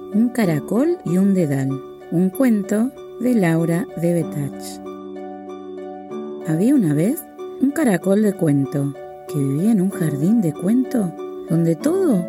Un caracol y un dedal. Un cuento de Laura de Betach. Había una vez un caracol de cuento que vivía en un jardín de cuento donde todo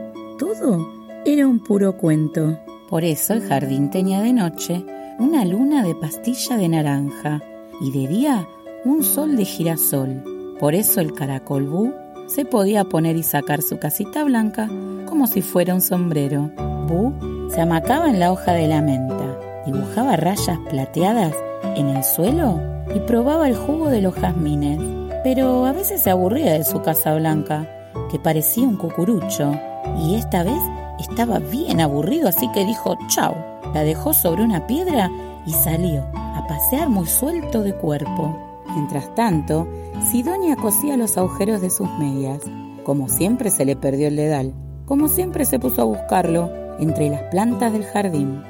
era un puro cuento. Por eso el jardín tenía de noche una luna de pastilla de naranja y de día un sol de girasol. Por eso el caracol Bu se podía poner y sacar su casita blanca como si fuera un sombrero. Bu se amacaba en la hoja de la menta, dibujaba rayas plateadas en el suelo y probaba el jugo de los jazmines. Pero a veces se aburría de su casa blanca, que parecía un cucurucho, y esta vez estaba bien aburrido, así que dijo chau. La dejó sobre una piedra y salió a pasear muy suelto de cuerpo. Mientras tanto, Sidonia cosía los agujeros de sus medias. Como siempre se le perdió el dedal. Como siempre se puso a buscarlo entre las plantas del jardín.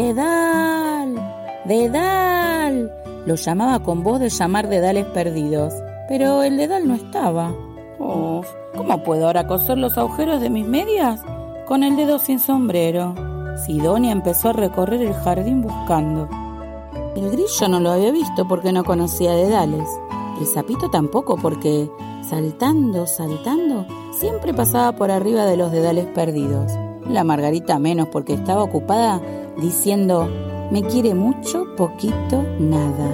¡Dedal! ¡Dedal! Lo llamaba con voz de llamar dedales perdidos. Pero el dedal no estaba. Uf, ¿cómo puedo ahora coser los agujeros de mis medias con el dedo sin sombrero? Sidonia empezó a recorrer el jardín buscando. El grillo no lo había visto porque no conocía dedales. El sapito tampoco porque, saltando, siempre pasaba por arriba de los dedales perdidos. La Margarita menos porque estaba ocupada diciendo: me quiere mucho, poquito, nada.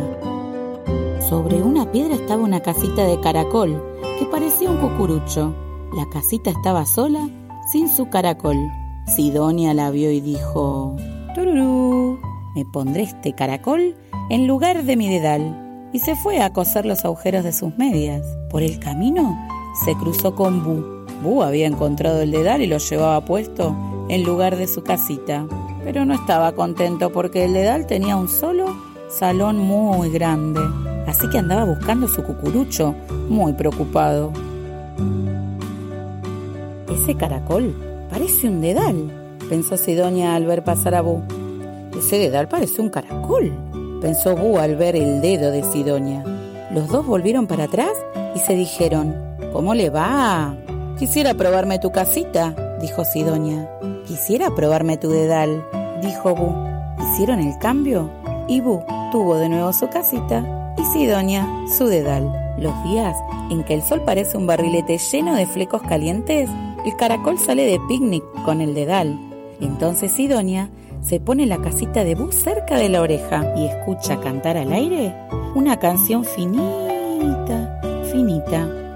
Sobre una piedra estaba una casita de caracol que parecía un cucurucho. La casita estaba sola, sin su caracol. Sidonia la vio y dijo: ¡tururú! Me pondré este caracol en lugar de mi dedal. Y se fue a coser los agujeros de sus medias. Por el camino se cruzó con Bu. Bu había encontrado el dedal y lo llevaba puesto en lugar de su casita. Pero no estaba contento porque el dedal tenía un solo salón muy grande. Así que andaba buscando su cucurucho, muy preocupado. Ese caracol parece un dedal, pensó Sidonia al ver pasar a Bu. Ese dedal parece un caracol, pensó Bu al ver el dedo de Sidonia. Los dos volvieron para atrás y se dijeron: ¿cómo le va? Quisiera probarme tu casita, dijo Sidonia. Quisiera probarme tu dedal, dijo Bu. Hicieron el cambio y Bu tuvo de nuevo su casita y Sidonia su dedal. Los días en que el sol parece un barrilete lleno de flecos calientes, el caracol sale de picnic con el dedal. Entonces Sidonia se pone la casita de Bu cerca de la oreja y escucha cantar al aire una canción finita, finita.